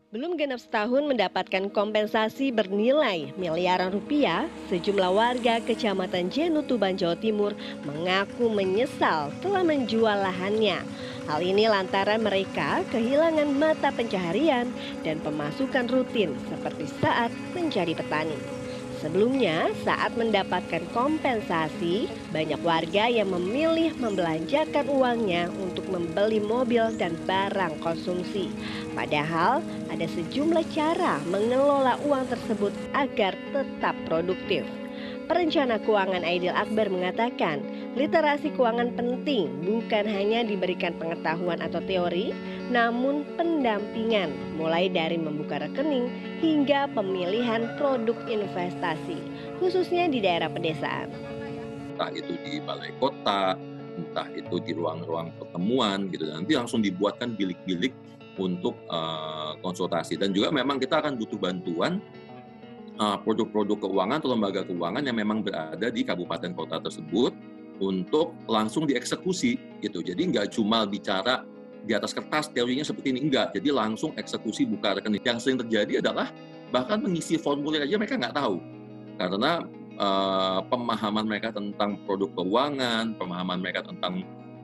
Belum genap setahun mendapatkan kompensasi bernilai miliaran rupiah, sejumlah warga Kecamatan Jenu Tuban, Jawa Timur mengaku menyesal telah menjual lahannya. Hal ini lantaran mereka kehilangan mata pencaharian dan pemasukan rutin seperti saat menjadi petani. Sebelumnya, saat mendapatkan kompensasi, banyak warga yang memilih membelanjakan uangnya untuk membeli mobil dan barang konsumsi. Padahal, ada sejumlah cara mengelola uang tersebut agar tetap produktif. Perencana keuangan Aidil Akbar mengatakan, literasi keuangan penting bukan hanya diberikan pengetahuan atau teori, namun pendampingan mulai dari membuka rekening hingga pemilihan produk investasi, khususnya di daerah pedesaan. Entah itu di balai kota, entah itu di ruang-ruang pertemuan gitu, nanti langsung dibuatkan bilik-bilik untuk konsultasi. Dan juga memang kita akan butuh bantuan produk-produk keuangan atau lembaga keuangan yang memang berada di kabupaten kota tersebut untuk langsung dieksekusi gitu. Jadi nggak cuma bicara di atas kertas teorinya seperti ini, enggak. Jadi langsung eksekusi buka rekening. Yang sering terjadi adalah bahkan mengisi formulir aja mereka nggak tahu karena pemahaman mereka tentang produk keuangan, pemahaman mereka tentang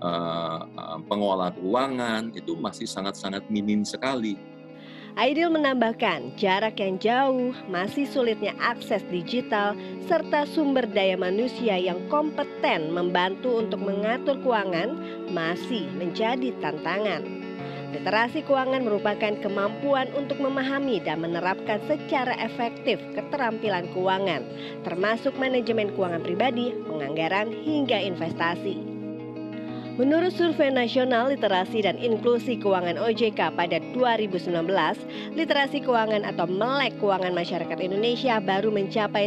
pengelola keuangan itu masih sangat-sangat minim sekali. Aidil menambahkan, jarak yang jauh, masih sulitnya akses digital, serta sumber daya manusia yang kompeten membantu untuk mengatur keuangan masih menjadi tantangan. Literasi keuangan merupakan kemampuan untuk memahami dan menerapkan secara efektif keterampilan keuangan, termasuk manajemen keuangan pribadi, penganggaran, hingga investasi. Menurut Survei Nasional Literasi dan Inklusi Keuangan OJK pada 2019, literasi keuangan atau melek keuangan masyarakat Indonesia baru mencapai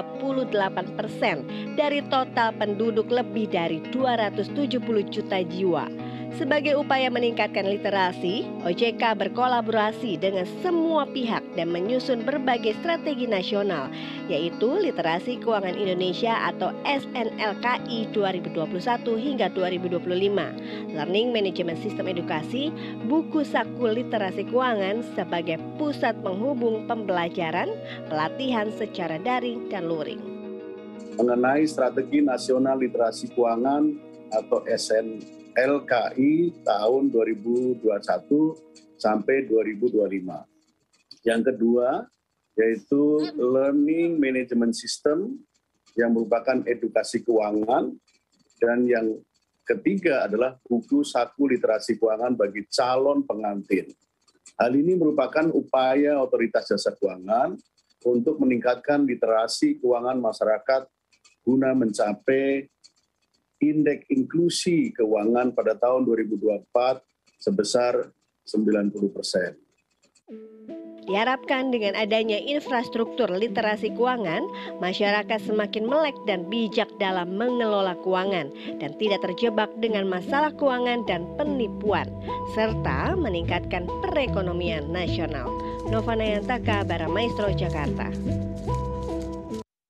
38% dari total penduduk lebih dari 270 juta jiwa. Sebagai upaya meningkatkan literasi, OJK berkolaborasi dengan semua pihak dan menyusun berbagai strategi nasional, yaitu Literasi Keuangan Indonesia atau SNLKI 2021 hingga 2025, Learning Management System Edukasi, buku saku literasi keuangan sebagai pusat penghubung pembelajaran, pelatihan secara daring dan luring. Mengenai strategi nasional literasi keuangan atau SNLKI tahun 2021 sampai 2025. Yang kedua yaitu Learning Management System yang merupakan edukasi keuangan, dan yang ketiga adalah buku saku literasi keuangan bagi calon pengantin. Hal ini merupakan upaya otoritas jasa keuangan untuk meningkatkan literasi keuangan masyarakat guna mencapai indeks inklusi keuangan pada tahun 2024 sebesar 90%. Diharapkan dengan adanya infrastruktur literasi keuangan, masyarakat semakin melek dan bijak dalam mengelola keuangan dan tidak terjebak dengan masalah keuangan dan penipuan, serta meningkatkan perekonomian nasional. Nova Nayantaka, Baramaestro, Jakarta.